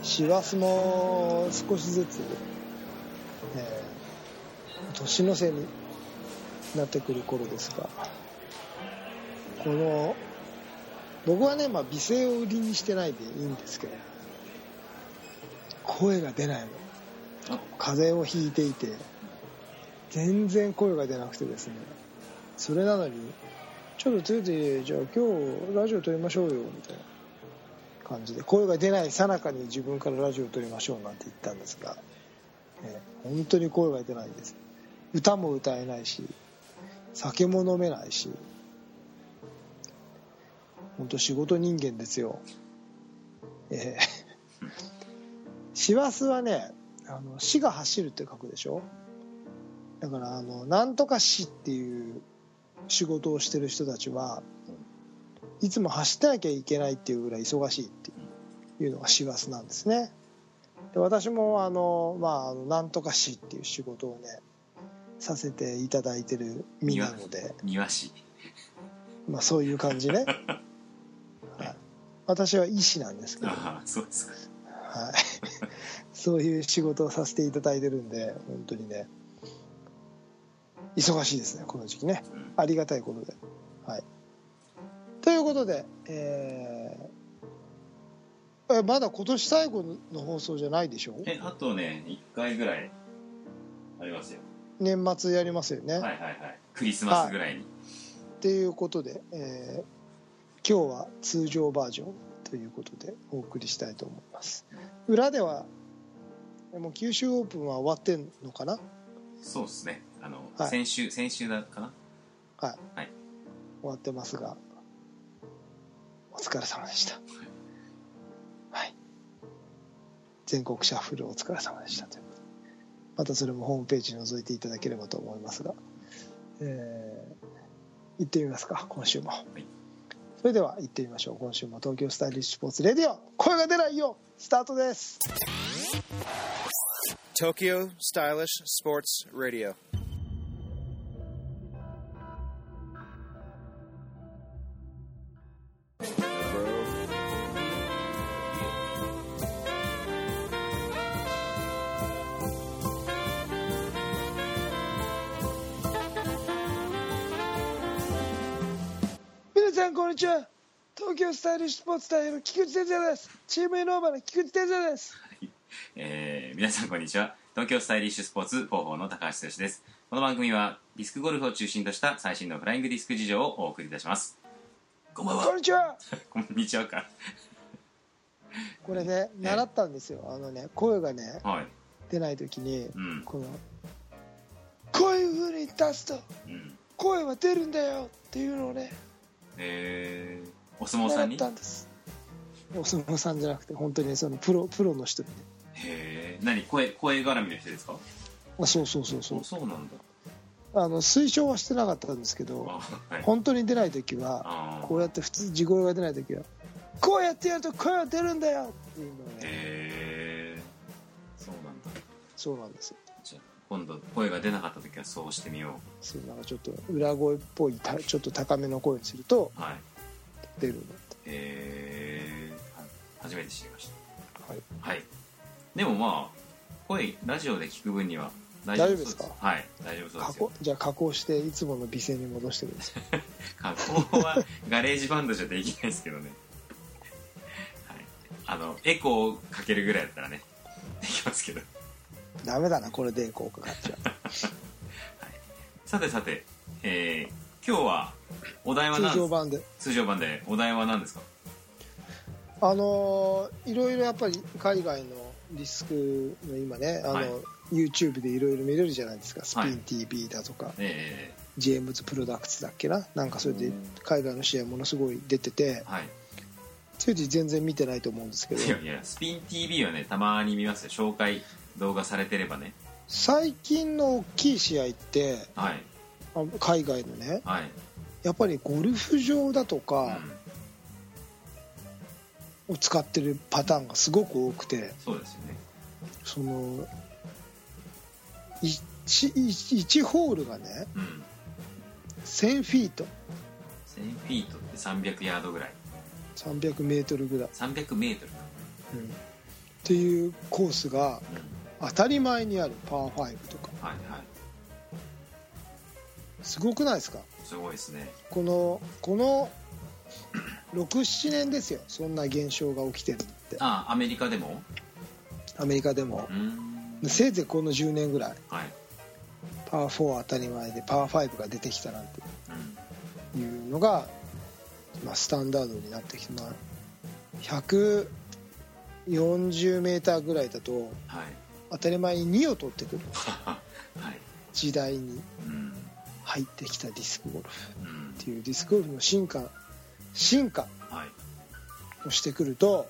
師走も少しずつ、年の瀬になってくる頃ですが、この僕はね、美声を売りにしてないでいいんですけど、声が出ないの。風邪をひいていて全然声が出なくてですね、それなのにちょっとついて、じゃあ今日ラジオ撮りましょうよみたいな感じで、声が出ないさなかに自分からラジオ撮りましょうなんて言ったんですが、本当に声が出ないです。歌も歌えないし、酒も飲めないし、本当仕事人間ですよ。師走はね、師が走るって書くでしょ。だからなんとか師っていう仕事をしてる人たちはいつも走ってなきゃいけないっていうぐらい忙しいっていうのが師走なんですね。で、私もなんとか師っていう仕事をねさせていただいてる身なので、 庭師、 そういう感じね。はい、私は医師なんですけど、 そうですか。 はい、そういう仕事をさせていただいてるんで、本当にね忙しいですね、この時期ね。ありがたいことで。はい。ということで、まだ今年最後の放送じゃないでしょ。 あとね1回ぐらいありますよ。 年末やりますよね。 はいはいはい。クリスマスぐらいに。 っていうことで、今日は通常バージョンということでお送りしたいと思います。裏ではもう九州オープンは終わってんのかな。 そうですね。 はい、 先週だかな。 はい、 はい、 終わってますが、お疲れ様でした。はい、全国シャッフルお疲れ様でしたということで、またそれもホームページに覗いていただければと思いますが、行ってみますか、今週も。はい、それでは行ってみましょう。今週も東京スタイリッシュスポーツレディオ、声が出ないよ、スタートです。 Tokyo Stylish Sports Radio. 皆さんこんにちは。東京スタイリッシュスポーツ代表の菊池哲也です。チームイノーバーの菊池哲也です。 皆さんこんにちは。東京スタイリッシュスポーツ広報の高橋剛です。この番組はディスクゴルフを中心とした最新のフライングディスク事情をお送りいたします。こんばんは。 こんにちは。 こんにちはか。 これね、習ったんですよ。声がね、 はい、 出ない時に、こういう風に出すと、声は出るんだよっていうのをね、 お相撲さんに習ったんです。お相撲さんじゃなくて、本当にそのプロの人にね。 何、声絡みの人ですか。 そうそうなんだ。 推奨はしてなかったんですけど、はい、本当に出ない時はこうやって普通地声が出ない時はこうやってやると声は出るんだよっていうのをね。 そうなんですよ。じゃあ今度声が出なかった時はそうしてみよう。 そう、なんかちょっと裏声っぽいちょっと高めの声にすると出るのって。 初めて知りました。 はい、 はい、でも声ラジオで聞く分には大丈夫ですか。はい、大丈夫そうですよ。 じゃあ加工していつもの美声に戻してください。 加工はガレージバンドじゃできないですけどね。はい、エコーかけるぐらいだったらねできますけど。 ダメだな、これでエコーかかっちゃう。はい、 さて、今日はお題は何ですか。通常版でお題は何ですか。 いろいろやっぱり海外のディスクの今ね、YouTube でいろいろ見れるじゃないですか。スピン TV だとか、ジェームズプロダクツだっけな、なんかそれで海外の試合ものすごい出てて、つい全然見てないと思うんですけど。 いやスピン TV はねたまに見ますよ。紹介動画されてればね。 最近の大きい試合って、海外のね、やっぱりゴルフ場だとか、を使ってるパターンがすごく多くて。 そうですよね。 その 1ホールがね、1000フィート。 1000フィートって300ヤードぐらい。 300メートルぐらい。 300メートルか。 っていうコースが当たり前にあるパー5とか、 はいはい、 すごくないですか？ すごいですね。 この 6,7 年ですよ、そんな現象が起きてるって。 アメリカでもせいぜいこの10年ぐらい、 はい、 パー4当たり前でパー5が出てきたなんていうのが、スタンダードになってきて、140メーターぐらいだと、 はい、 当たり前に2を取ってくるはい、 時代に入ってきたディスクゴルフっていう、ディスクゴルフの進化をしてくると、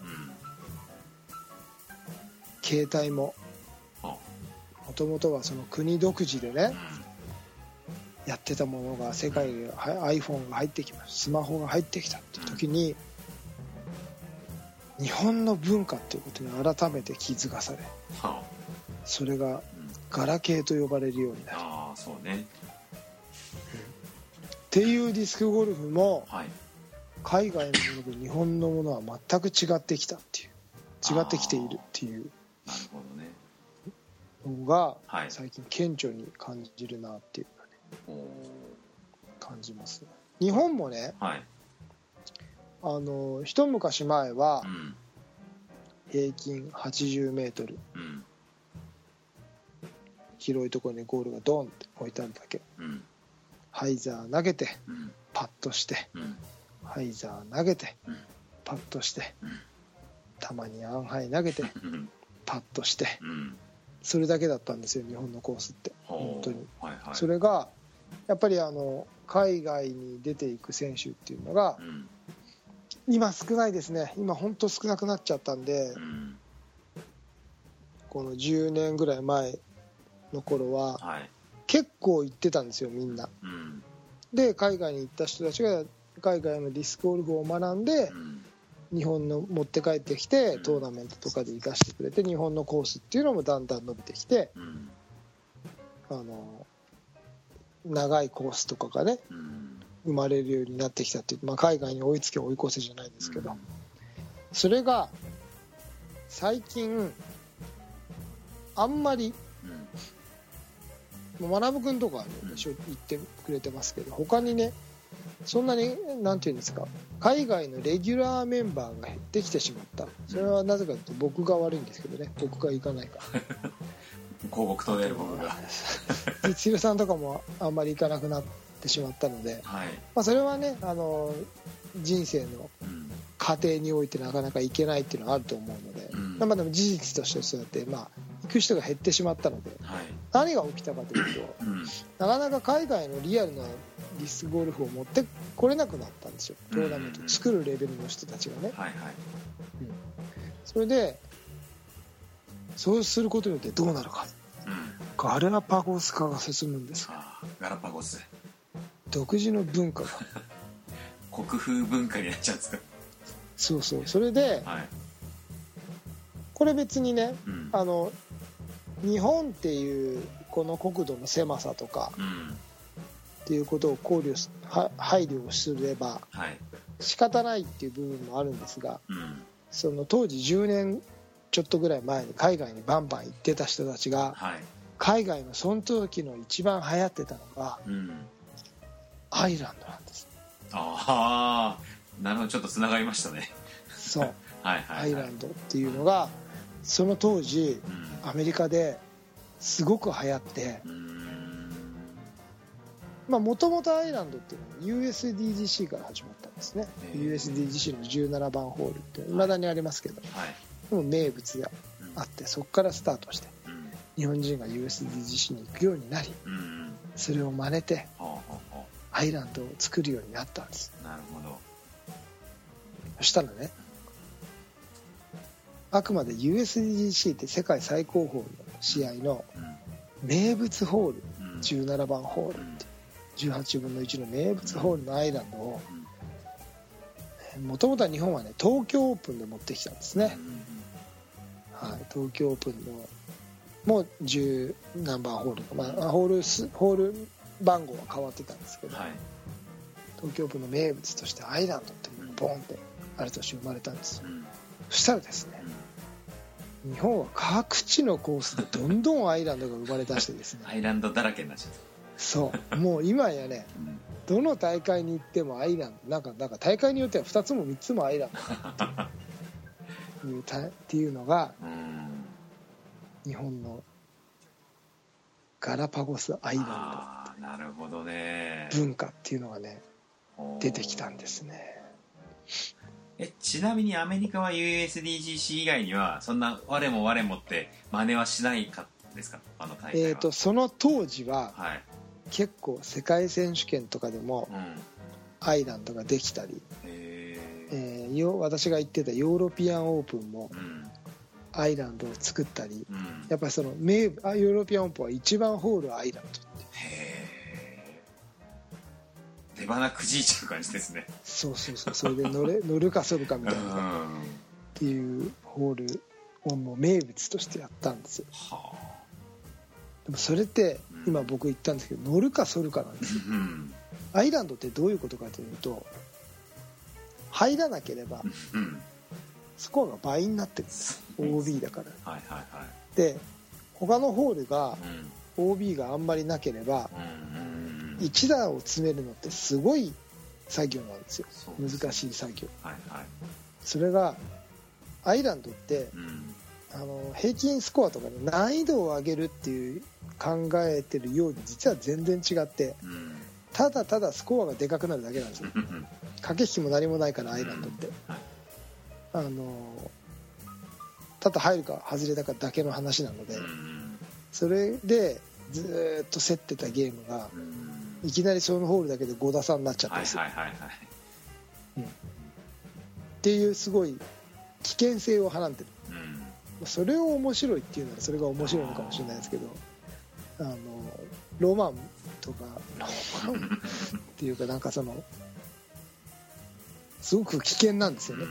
携帯ももともとはその国独自でね、やってたものが世界で iPhone が入ってきます、スマホが入ってきたっていう時に、日本の文化っていうことに改めて気づかされ、それがガラケーと呼ばれるようになる。 そうね、 っていうディスクゴルフも、海外のものと日本のものは全く違ってきたっていう、違ってきているっていうのが最近顕著に感じるなっていうのね、感じますね。日本もね、一昔前は平均80メートル、広いところにゴールがドンって置いてあるだけ、ハイザー投げてパッとして、ハイザー投げてパッとして、たまにアンハイ投げてパッとして、それだけだったんですよ、日本のコースって。本当に、それがやっぱり海外に出ていく選手っていうのが、今少ないですね。今本当少なくなっちゃったんで、この10年ぐらい前の頃は結構行ってたんですよ、みんな。で海外に行った人たちが海外のディスクゴルフを学んで、日本の持って帰ってきてトーナメントとかで生かしてくれて、日本のコースっていうのもだんだん伸びてきて、長いコースとかがね、生まれるようになってきたっていう、海外に追いつけ追い越せじゃないですけど、それが最近あんまり、学君とか、ね、言ってくれてますけど、他にね、そんなになんていうんですか、海外のレギュラーメンバーが減ってきてしまった。それはなぜかというと僕が悪いんですけどね、僕が行かないから広告塔である僕が実弘さんとかもあんまり行かなくなってしまったので、それはね、人生の過程においてなかなか行けないっていうのはあると思うので、でも事実としてそうやって、行く人が減ってしまったので、何が起きたかというと、なかなか海外のリアルなディスクゴルフを持ってこれなくなったんですよ、トーナメント作るレベルの人たちがね。それでそうすることによってどうなるか、ガラパゴス化が進むんですよ。 ガラパゴス、 独自の文化が国風文化になっちゃうんですか。 そうそれで、これ別にね、日本っていうこの国土の狭さとか、っていうことを配慮をすれば仕方ないっていう部分もあるんですが、その当時10年ちょっとぐらい前に海外にバンバン行ってた人たちが、海外のその時の一番流行ってたのが、アイランドなんです。 なるほど、ちょっとつながりましたね。 そうアイランドっていうのがその当時、アメリカですごく流行って、もともとアイランドっていうのは USDGC から始まったんですね。USDGC の17番ホールって未だにありますけど、でも名物があって、そこからスタートして、日本人が USDGC に行くようになり、それを真似てアイランドを作るようになったんです。 なるほど。 そしたらね、あくまで USDGC って世界最高峰の試合の名物ホール、17番ホールって18分の1の名物ホールのアイランドを、もともとは日本はね、東京オープンで持ってきたんですね。東京オープンのもう10何番ホールか、ホール番号は変わってたんですけど、東京オープンの名物としてアイランドっていうのがボーンってある年生まれたんですよ。そしたらですね、 日本は各地のコースでどんどんアイランドが生まれ出してですねアイランドだらけになっちゃった。 そうもう今やねどの大会に行ってもアイランドなんか大会によっては2つも3つもアイランドっていうのが日本のガラパゴスアイランドなるほどね文化っていうのがね出てきたんですね。 ちなみにアメリカは USDGC 以外にはそんな我も我もって真似はしないかですか、あの大会は。 その当時は、 はい、 結構世界選手権とかでもアイランドができたり、私が言ってたヨーロピアンオープンもアイランドを作ったり、やっぱりそのヨーロピアンオープンは一番ホールアイランドって。 手花くじいちゃう感じですね。 そうそれで乗るかそるかみたいなっていうホールをもう名物としてやったんですよ。でもそれって今僕言ったんですけど乗るかそるかなんですよ。アイランドってどういうことかというと入らなければスコアが倍になってるんです OB だから、で他のホールが OB があんまりなければ1打を詰めるのってすごい作業なんですよ。難しい作業、それがアイランドって、平均スコアとかで難易度を上げるっていう考えてるように実は全然違って、ただただスコアがでかくなるだけなんですよ。駆け引きも何もないからアイランドって、ただ入るか外れたかだけの話なので、それでずっと競ってたゲームがいきなりそのホールだけで5打差になっちゃったりするっていうすごい危険性をはらんでる、それを面白いっていうならそれが面白いのかもしれないですけど、ロマンとかロマンっていうかなんかそのすごく危険なんですよね。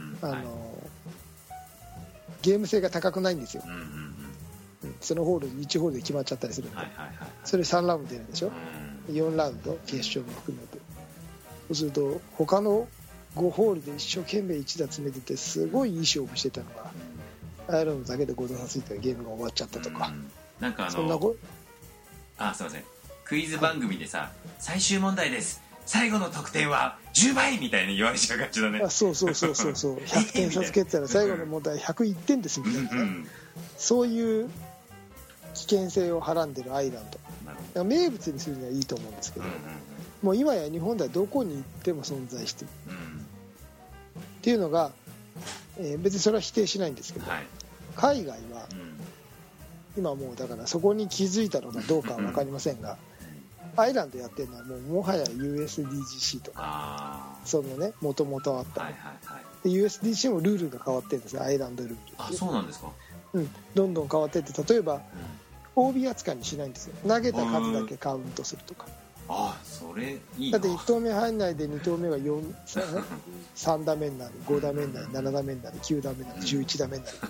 ゲーム性が高くないんですよ。そのホール1ホールで決まっちゃったりするんで、それ3ラウンド出るでしょ、4ラウンド決勝も含めて、そうすると他の5ホールで一生懸命1打詰めててすごいいい勝負してたのがアイランドだけで5打差ついたらゲームが終わっちゃったとか、 なんかそんなすいません、クイズ番組でさ、最終問題です最後の得点は10倍みたいに言われちゃう感じだね。 そう100点差つけてたら最後の問題101点ですみたいな、そういう危険性をはらんでるアイランド、名物にするにはいいと思うんですけど、もう今や日本ではどこに行っても存在してる、っていうのが、別にそれは否定しないんですけど、海外は、今もうだからそこに気づいたのかどうかは分かりませんが、アイランドやってるのはもはや USDGC とかそのね元々あった、で USDGC もルールが変わってるんですよ、アイランドルール。 そうなんですか。 どんどん変わっていって、例えば OB 扱いにしないんですよ。投げた数だけカウントするとか。 それいいな。 だって1投目入んないで2投目が3打目になる、5打目になる、7打目になる、9打目になる、11打目になる。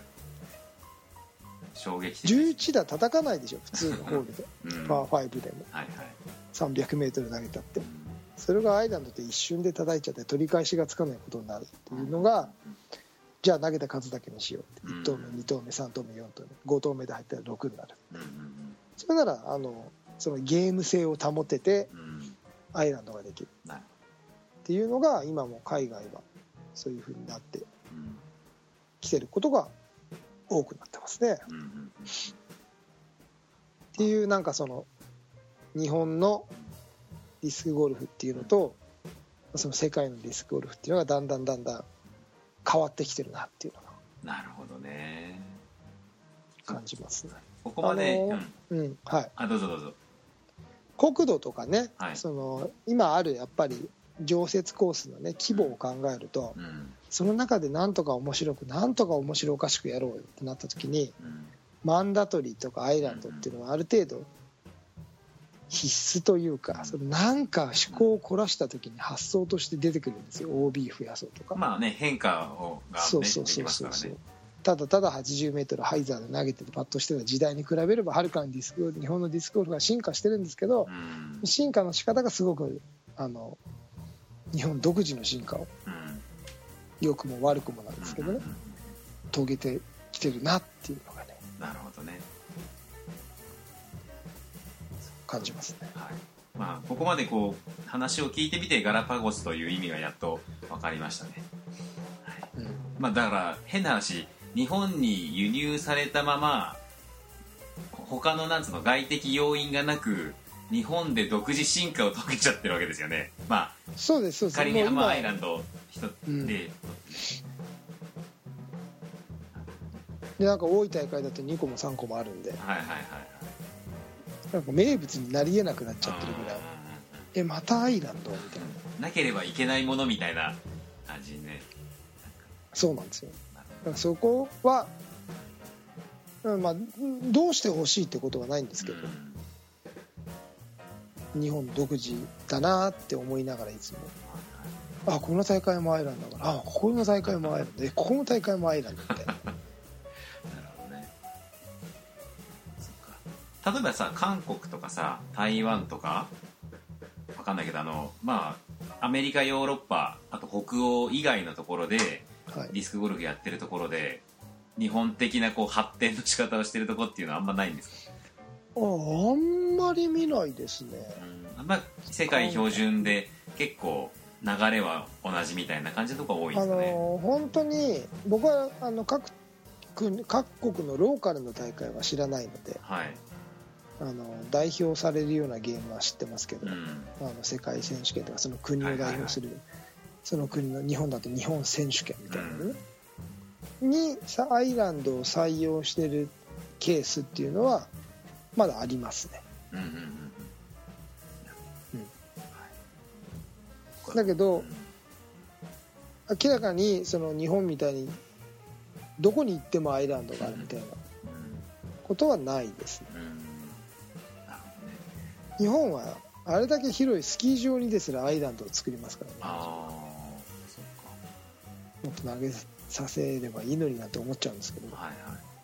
衝撃的。 11打叩かないでしょ普通のホールで、パー5でも、300メートル投げたって、それがアイランドって一瞬で叩いちゃって取り返しがつかないことになるっていうのが、じゃあ投げた数だけにしようって、1投目2投目3投目4投目5投目で入ったら6になる、それならそのゲーム性を保ててアイランドができるっていうのが、今も海外はそういう風になってきてることが多くなってますね。っていう、なんかその日本のディスクゴルフっていうのとその世界のディスクゴルフっていうのがだんだん変わってきてるなっていうのが、 なるほどね、 感じますね。 ここまでどうぞ。 国土とかね、その今あるやっぱり常設コースのね規模を考えると、その中でなんとか面白おかしくやろうよってなった時に、マンダトリーとかアイランドっていうのはある程度必須というか、そのなんか趣向を凝らした時に発想として出てくるんですよ。 OB 増やそうとか、 変化ができますからね。 ただただ80メートルハイザーで投げてパッとしてた時代に比べればはるかに日本のディスクゴルフが進化してるんですけど、進化の仕方がすごく日本独自の進化を、良くも悪くもなんですけどね、遂げてきてるなっていうのがね、 なるほどね、 感じますね。 はい。まあここまでこう話を聞いてみてガラパゴスという意味がやっと分かりましたね、はい。まあだから変な話、日本に輸入されたまま他のなんつうの外的要因がなく日本で独自進化を遂げちゃってるわけですよね。まあそうですそうです。 仮にハマーアイランド一つで、 でなんか多い大会だと2個も3個もあるんで、 はいはいはいはい、 なんか名物になり得なくなっちゃってるぐらい、またアイランドみたいな、 なければいけないものみたいな感じね。 そうなんですよ。だからそこは、まあどうしてほしいってことはないんですけど、日本独自だなって思いながらいつも、あこの大会もアイランドだから、あここの大会もアイランドで、ここの大会もアイランドみたいな。 例えばさ、韓国とかさ、台湾とかわかんないけど、まあアメリカ、ヨーロッパ、あと北欧以外のところで、はい、ディスクゴルフやってるところで日本的なこう発展の仕方をしてるところっていうのはあんまないんですか？ あんまり見ないですね。 あんま世界標準で結構流れは同じみたいな感じのところが多いんですかね。 本当に僕は各国のローカルの大会は知らないので、はい、代表されるようなゲームは知ってますけど、世界選手権とかその国を代表する、その国の、日本だと日本選手権みたいなのね、にアイランドを採用してるケースっていうのはまだありますね。だけど明らかにその日本みたいにどこに行ってもアイランドがあるみたいなことはないですね。日本はあれだけ広いスキー場にですらアイランドを作りますからね。もっと投げさせればいいのになって思っちゃうんですけど、はいはい、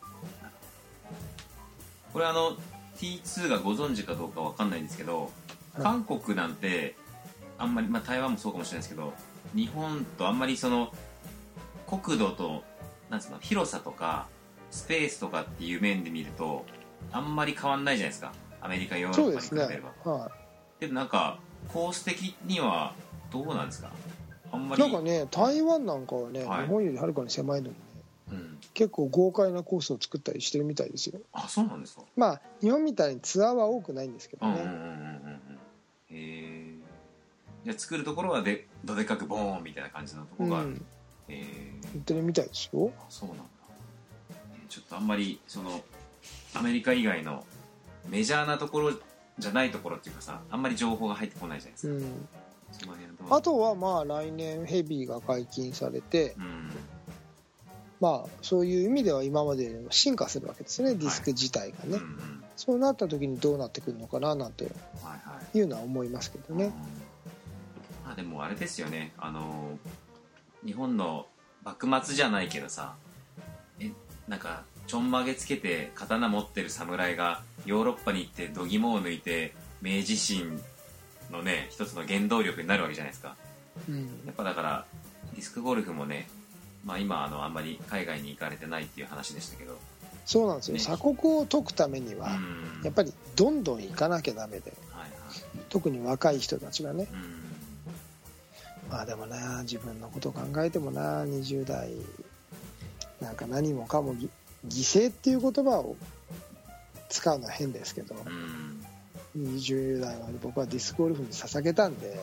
これT2 がご存知かどうかわかんないんですけど、韓国なんてあんまり、まあ、台湾もそうかもしれないですけど、日本とあんまりその国土となんつうの広さとかスペースとかっていう面で見るとあんまり変わんないじゃないですか、アメリカ、ヨーロッパに比べれば。そうですね、はい、でもなんかコース的にはどうなんですか？あんまりなんかね、台湾なんかはね、はい、日本よりはるかに狭いのにね、結構豪快なコースを作ったりしてるみたいですよ。 あ、そうなんですか。 まあ日本みたいにツアーは多くないんですけどね。 へえ。じゃあ作るところはどでかくボーンみたいな感じのところがある。 言ってるみたいですよ。 あ、そうなんだ。ちょっとあんまりそのアメリカ以外のメジャーなところじゃないところっていうかさ、あんまり情報が入ってこないじゃないですか。その辺あとはまあ来年ヘビーが解禁されて、まあそういう意味では今まで進化するわけですね、ディスク自体がね、そうなった時にどうなってくるのかななんていうのは思いますけどね。 まあでもあれですよね、日本の幕末じゃないけどさ、なんかちょんまげつけて刀持ってる侍がヨーロッパに行って度肝を抜いて明治維新のね一つの原動力になるわけじゃないですか、やっぱだからディスクゴルフもね、まあ、今あんまり海外に行かれてないっていう話でしたけど、 そうなんですよ、ね、鎖国を解くためにはやっぱりどんどん行かなきゃダメで、はいはい、特に若い人たちがね、まあでもな、自分のことを考えてもな、20代なんか何もかも犠牲っていう言葉を使うのは変ですけど、20代まで僕はディスクゴルフに捧げたんで、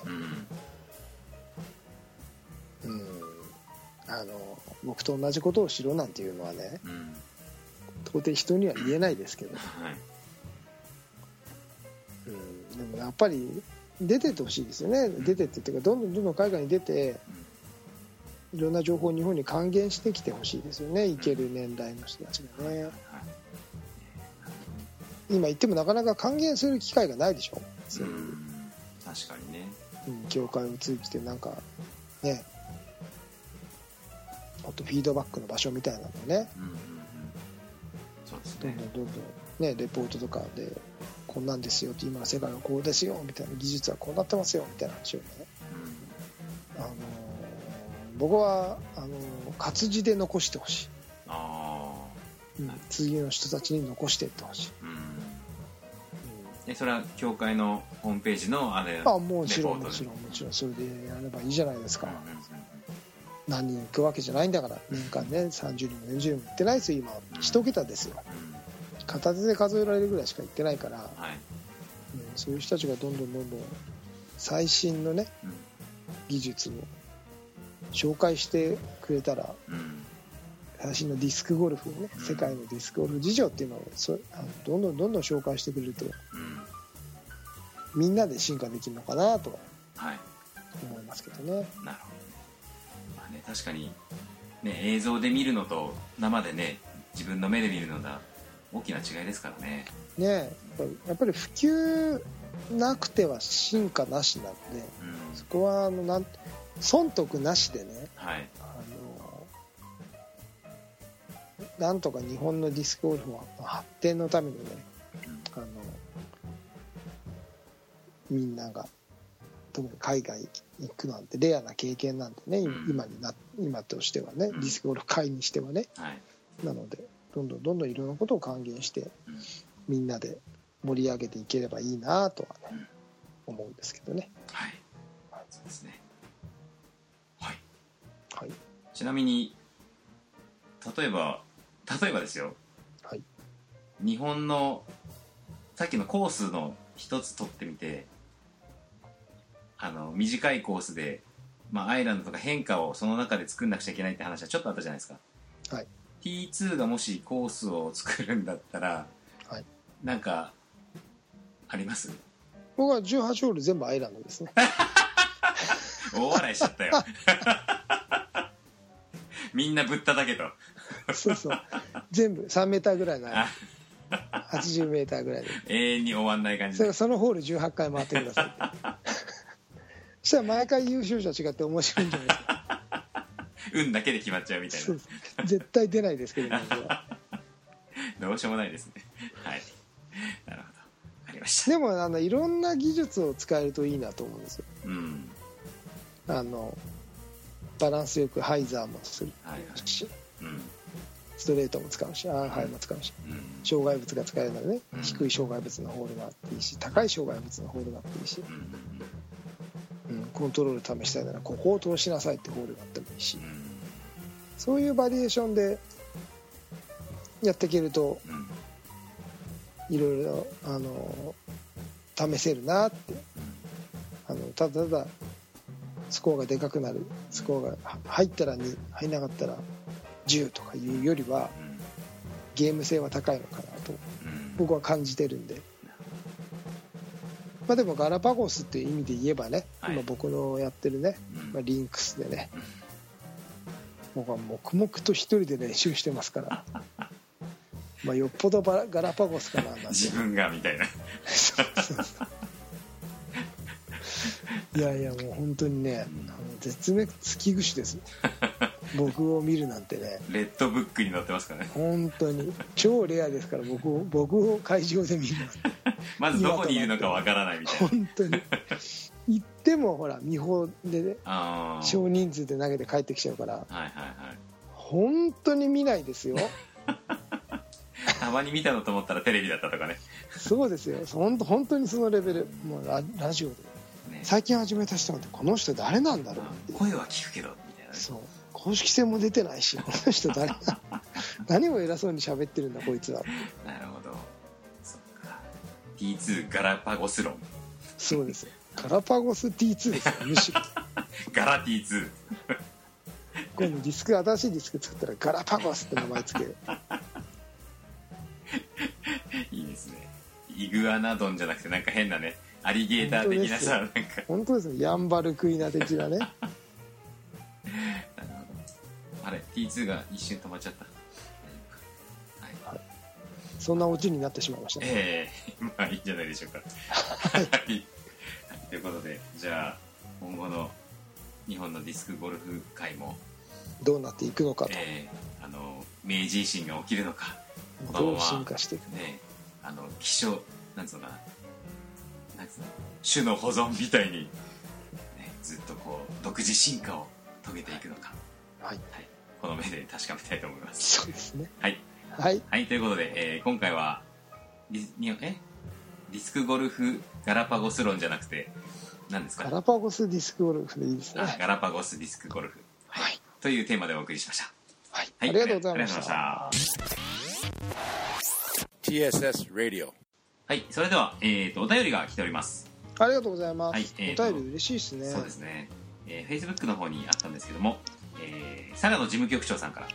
僕と同じことをしろなんていうのはね、到底人には言えないですけど、でもやっぱり出てってほしいですよね。出てっていうかどんどん海外に出て、いろんな情報を日本に還元してきてほしいですよね、行ける年代の人たちがね。今言ってもなかなか還元する機会がないでしょ。 確かにね、 業界を通じてなんかね、もっとフィードバックの場所みたいなのね、 そうですね、 どんどんね、レポートとかでこんなんですよって、今の世界はこうですよみたいな、技術はこうなってますよみたいな話をね、僕は活字で残してほしい。 次の人たちに残していってほしい。 それは協会のホームページのあれもちろんそれでやればいいじゃないですか。何人行くわけじゃないんだから、年間ね30人も40人も行ってないですよ今。1桁ですよ。片手で数えられるぐらいしか行ってないから、そういう人たちがどんどん最新のね、技術を紹介してくれたら、最新のディスクゴルフをね、世界のディスクゴルフ事情っていうのをどんどん紹介してくれると、みんなで進化できるのかなとは思いますけどね。 なるほど。確かに、ね、映像で見るのと生でね自分の目で見るのだ大きな違いですからね。 やっぱり普及なくては進化なしなので、そこは損得なしでね、なんとか日本のディスクゴルフの発展のためにね、みんなが特に海外行くなんてレアな経験なんでね、今としてはね、ディスクゴルフ界にしてはね、なのでどんどんいろんなことを還元して、みんなで盛り上げていければいいなとはね、思うんですけどね。 そうですね。ちなみに例えばですよ、日本のさっきのコースの一つ取ってみて、短いコースで、アイランドとか変化をその中で作んなくちゃいけないって話はちょっとあったじゃないですか。T2 がもしコースを作るんだったら、なんかあります？ 僕は18ホール全部アイランドですね。 大笑いしちゃったよ。みんなぶっただけと。 そう全部3メーターぐらいの80メーターぐらいで永遠に終わんない感じで、 そのホール18回回ってくださいって。そしたら毎回優勝者違って面白いんじゃないですか。 運だけで決まっちゃうみたいな。 絶対出ないですけどね。 どうしようもないですね。なるほど、ありました。 でもいろんな技術を使えるといいなと思うんですよ。バランスよくハイザーもするし、ストレートも使うし、ハイも使うし、障害物が使えるならね、低い障害物のホールがあっていいし、高い障害物のホールがあっていいし、コントロール試したいならここを通しなさいってホールがあってもいいし、そういうバリエーションでやっていけると、いろいろ試せるなって。ただスコアがでかくなる、スコアが入ったら2、入んなかったら10とかいうよりは、ゲーム性は高いのかなと僕は感じてるんで、でもガラパゴスっていう意味で言えばね、今僕のやってるね、リンクスでね、僕は黙々と一人で練習してますから、よっぽどガラパゴスかななんて自分がみたいな。 いやもう本当にね、絶滅危惧種です僕を見るなんてね。 レッドブックに載ってますからね。 本当に超レアですから、僕を会場で見るなんてまずどこにいるのかわからないみたいな。 本当に行ってもほら見本でね、少人数で投げて帰ってきちゃうから、本当に見ないですよ。 たまに見たのと思ったらテレビだったとかね。 そうですよ、本当にそのレベル。もうラジオで、最近始めた人なんてこの人誰なんだろうって声は聞くけどみたいな。 そう、公式戦も出てないし、この人誰だ何を偉そうに喋ってるんだこいつは。 なるほど、そっか。 T2 ガラパゴス論。 そうですよ、ガラパゴス T2 ですよ、むしろガラ T2 今度新しいディスク作ったらガラパゴスって名前つけるいいですね。イグアナドンじゃなくてなんか変なね、アリゲーター的なさ、なんか本当ですね、ヤンバルクイナ的なね。なるほど。 あれ T2 が一瞬止まっちゃった。 そんなオチになってしまいましたね。 まあいいんじゃないでしょうか。ということで、じゃあ今後の日本のディスクゴルフ界もどうなっていくのかと、 明治維新が起きるのか、 どう進化していくのか、 希少なんつうのかな、なんつうの、種の保存みたいに、ね、ずっとこう独自進化を遂げていくのか、この目で確かめたいと思います。 そうですね。 はい、 はい、 はい、ということで、今回はディスクゴルフガラパゴス論じゃなくて何ですか、 ガラパゴスディスクゴルフでいいですね。 ガラパゴスディスクゴルフ、はい、というテーマでお送りしました。 はい、はい、ありがとうございました。 TSS Radio。 はい、それでは、お便りが来ております。 ありがとうございます。 はい、 お便り嬉しいですね。 そうですね。Facebook の方にあったんですけども、佐賀の事務局長さんから。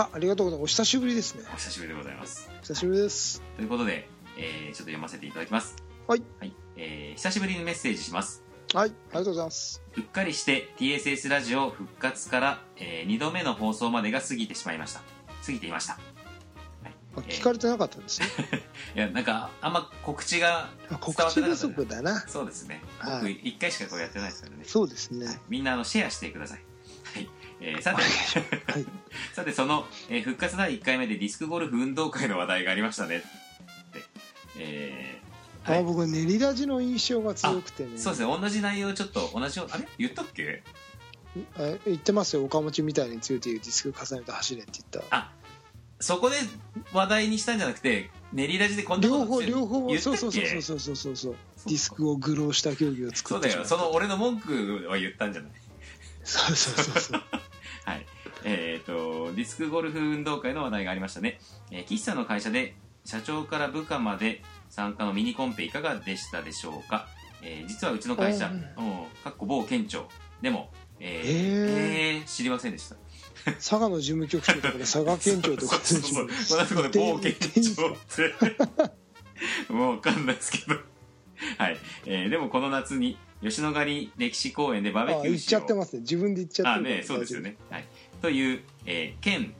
ありがとうございます。お久しぶりですね。 お久しぶりでございます。 久しぶりです。 ということで、ちょっと読ませていただきます。 はい。 はい、久しぶりにメッセージします。 はい、ありがとうございます。 うっかりして TSS ラジオ復活から、2度目の放送までが過ぎていました。はい、 聞かれてなかったんですね。 いや、なんかあんま告知が伝わってなかった。 告知不足だな。 そうですね。僕1回しかこうやってないですからね。 そうですね。 みんなシェアしてください。はい。さて、はい、さてその、復活第1回目でディスクゴルフ運動会の話題がありましたねって。 はい、僕練りラジの印象が強くてね。 そうですね。同じ内容ちょっと同じあれ言ったっけ？ 言ってますよ。岡持ちみたいに強いというディスク重ねて走れって言った。 あ、そこで話題にしたんじゃなくて練りラジでこんなこと両方そうディスクをグローした競技を作ってそうだよ。その俺の文句は言ったんじゃない。 そうはい。ディスクゴルフ運動会の話題がありましたね。岸さんの会社で社長から部下まで参加のミニコンペいかがでしたでしょうか。実はうちの会社某県庁でも、知りませんでした。 佐賀の事務局長とかで佐賀県庁とかそう同じことで某県庁ってもう分かんないですけどはい、でもこの夏に吉野ヶ里歴史公園でバーベキューしよう。 言っちゃってますね。自分で言っちゃってる。 ね、そうですよね。はい、という、県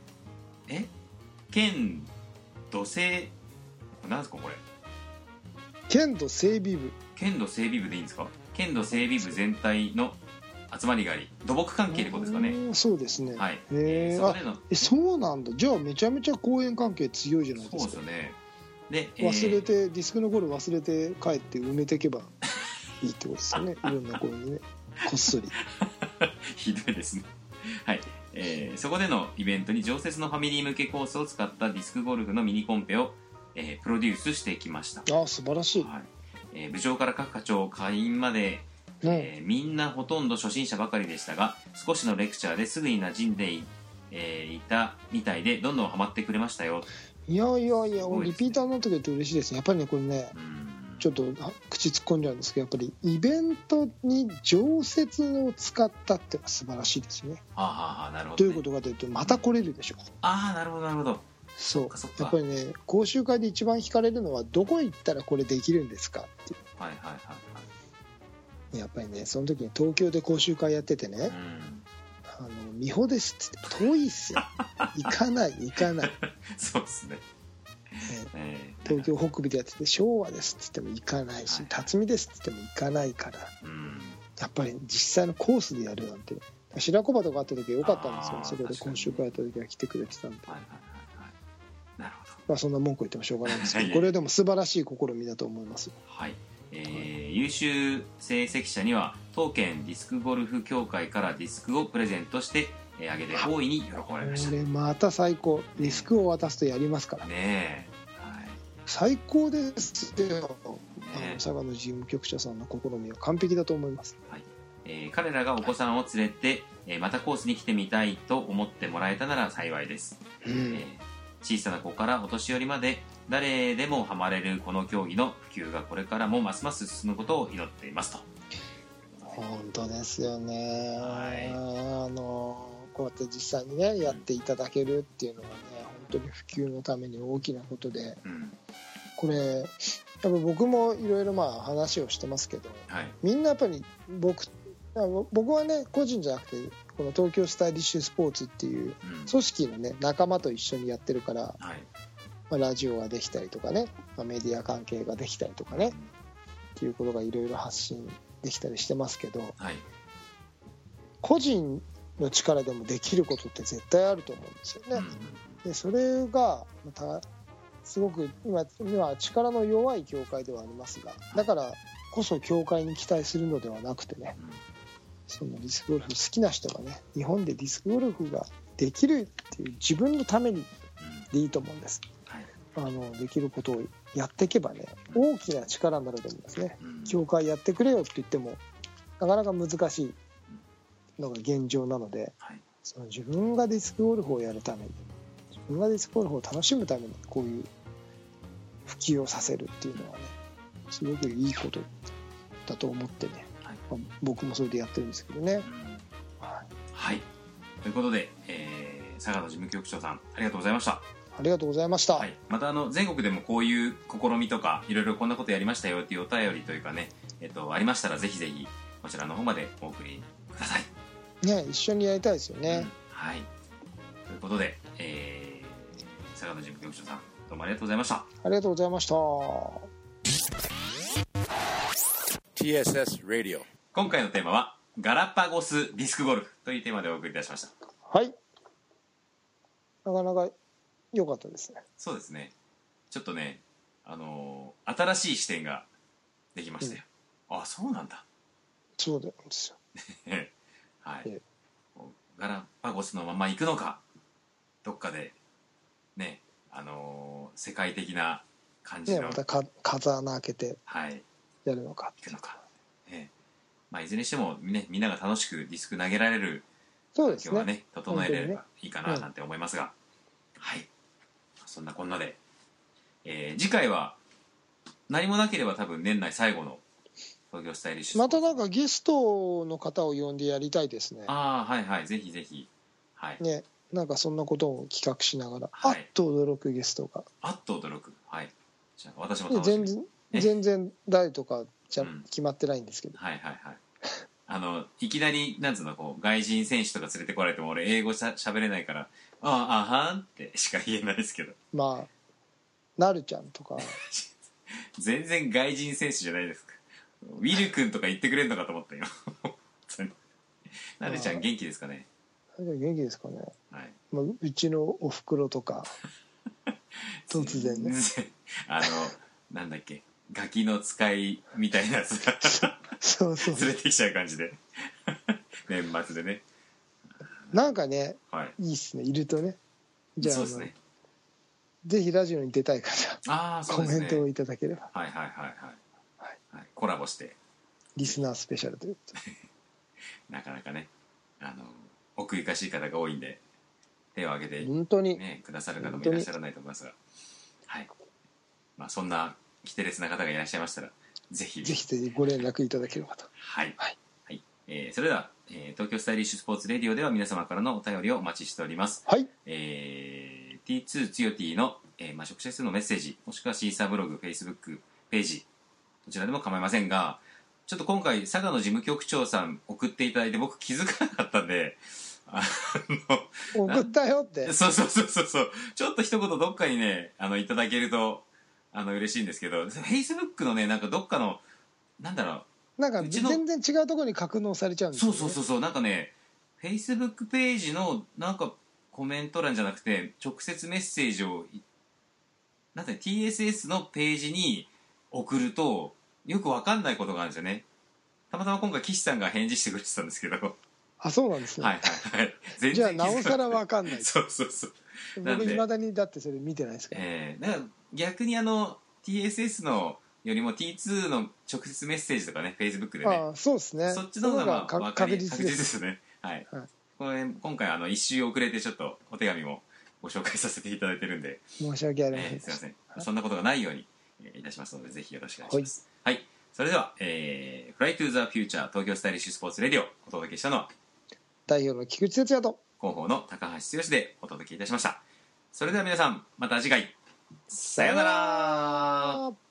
土星なんですかこれ。 県土整備部。 県土整備部でいいんですか。県土整備部全体の集まりがあり、土木関係ってことですかね。 そうですね。 はい。 そうなんだ。じゃあめちゃめちゃ公園関係強いじゃないですか。 そうですよね。で、 忘れてディスクのゴル忘れて帰って埋めていけばいいってことですよね。いろんな公園にね、こっそり。 ひどいですね。はい。そこでのイベントに常設のファミリー向けコースを使ったディスクゴルフのミニコンペを、プロデュースしてきました。 素晴らしい。 はい。部長から各課長会員まで。みんなほとんど初心者ばかりでしたが、少しのレクチャーですぐに馴染んでいたみたいでどんどんハマってくれましたよ。 いやリピーターになってくれて嬉しいですね。やっぱりねこれね、ちょっと口突っ込んじゃうんですけど、やっぱりイベントに常設を使ったってのは素晴らしいですよね。 なるほどね。 どういうことかというと、また来れるでしょ。 なるほど。 そうやっぱりね、講習会で一番聞かれるのはどこ行ったらこれできるんですかっていう。やっぱりね、その時に東京で講習会やっててね、美穂ですって言って遠いっすよ。行かないそうですね。 東京北部でやってて昭和ですって言っても行かないし、辰巳ですって言っても行かないから、やっぱり実際のコースでやるなんて、白子場とかあった時は良かったんですけど、そこで講習会やった時は来てくれてたんで、 なるほど。 そんな文句言ってもしょうがないんですけど、これでも素晴らしい試みだと思います。 はい。優秀成績者には当県ディスクゴルフ協会からディスクをプレゼントしてあげて大いに喜ばれました。 これまた最高。ディスクを渡すとやりますからね。 最高ですよ。佐賀の事務局長さんの試みは完璧だと思います。 はい。彼らがお子さんを連れてまたコースに来てみたいと思ってもらえたなら幸いです。小さな子からお年寄りまで誰でもハマれるこの競技の普及がこれからもますます進むことを祈っていますと。 本当ですよね。こうやって実際にねやっていただけるっていうのはね、本当に普及のために大きなことで、これやっぱ僕もいろいろ話をしてますけど、みんなやっぱり僕はね個人じゃなくてこの東京スタイリッシュスポーツっていう組織のね仲間と一緒にやってるから、ラジオができたりとかね、メディア関係ができたりとかね、っていうことがいろいろ発信できたりしてますけど、個人の力でもできることって絶対あると思うんですよね。でそれがまたすごく今力の弱い協会ではありますが、だからこそ協会に期待するのではなくてね、そのディスクゴルフ好きな人がね、日本でディスクゴルフができるっていう自分のためにでいいと思うんです。 はい、 できることをやっていけばね、大きな力になると思いますね。 うん協会やってくれよって言ってもなかなか難しいのが現状なので、 はい、 その自分がディスクゴルフをやるために、自分がディスクゴルフを楽しむためにこういう普及をさせるっていうのはね、すごくいいことだと思ってね、 はい、 僕もそれでやってるんですけどね。 うんはい、ということで、佐賀の事務局長さんありがとうございました。 ありがとうございました。 はい、また全国でもこういう試みとかいろいろこんなことやりましたよっていうお便りというかね、ありましたらぜひぜひこちらの方までお送りください。 ね、一緒にやりたいですよね。 はい、ということで、佐賀の事務局長さんどうもありがとうございました。 ありがとうございました。 TSS Radio。 今回のテーマはガラパゴスディスクゴルフというテーマでお送りいたしました。 はい、なかなか良かったですね。 そうですね、ちょっとね、新しい視点ができましたよ、あ、そうなんだそうなんですよ。 はいええ、 ガラパゴスのまま行くのか、どっかでね、世界的な感じね、 の、 また風穴開けてはい、 やるのか行くのか、まあ、いずれにしても、ね、みんなが楽しくディスク投げられるそうです環境はねね。 整えれればいいかななんて思いますが、はい、そんなこんなで、次回は何もなければ多分年内最後の東京スタイリッシュまたなんかゲストの方を呼んでやりたいですね。 ああ、はいはい、ぜひぜひ、はい、 ね、なんかそんなことを企画しながら、 はいあっと驚くゲストが、 あっと驚く、はい、じゃあ私も楽しみ全然誰とかじゃうん決まってないんですけど、 はいはいはいいきなりなんつうの、こう外人選手とか連れてこられても俺英語しゃべれないからあはんってしか言えないですけど、 まあなるちゃんとか全然外人選手じゃないですか。ウィル君とか言ってくれるのかと思ったよ本当に。なるちゃん元気ですかね。 元気ですかね、 はい、 まあ、うちのおふくろとか突然ねなんだっけ、ガキの使いみたいなやつがそうそう連れてきちゃう感じで年末でね、 なんかね、 はい、 いいっすね、いるとね。じゃあ、 そうですね、 ぜひラジオに出たい方コああそうですね、 メントをいただければ、 はいはいはいはい、はい、コラボしてリスナースペシャルということでなかなかね、奥ゆかしい方が多いんで手を挙げて、 本当に、 ね、くださる方もいらっしゃらないと思いますが、はい、まあ、そんな奇烈な方がいらっしゃいましたらぜひぜひご連絡いただければと。 はい、 はいはい、それでは、東京スタイリッシュスポーツレディオでは皆様からのお便りをお待ちしております。 はい、 T2 つよ T の、直接のメッセージ、もしくはシーサーブログ、Facebook ページ、どちらでも構いませんが、ちょっと今回佐賀の事務局長さん送っていただいて僕気づかなかったんで、 送ったよってそうちょっと一言どっかにねいただけると嬉しいんですけど、 Facebook のね、なんかどっかのなんだろう、 なんかうちの全然違うところに格納されちゃうんですよね。 そうなんかね、 Facebook ページのなんかコメント欄じゃなくて直接メッセージをなんて TSS のページに送るとよくわかんないことがあるんですよね。たまたま今回岸さんが返事してくれてたんですけど、 あ、そうなんですね。 はい全然じゃあなおさらわかんない。 そうなんで僕いまだにだってそれ見てないですから、 だから逆にTSS のよりも T2 の直接メッセージとかね Facebook でね、 あ、そうですね、 そっちの方がまあ確実で。 ですすね。はい、これ今回一周遅れてちょっとお手紙もご紹介させていただいてるんで申し訳ありません、 すいません、そんなことがないようにいたしますのでぜひよろしくお願いします。はい、それでは、Fly to the Future 東京スタイリッシュスポーツレディオお届けしたのは代表の菊池哲也と広報の高橋剛でお届けいたしました。それでは皆さんまた次回さようなら。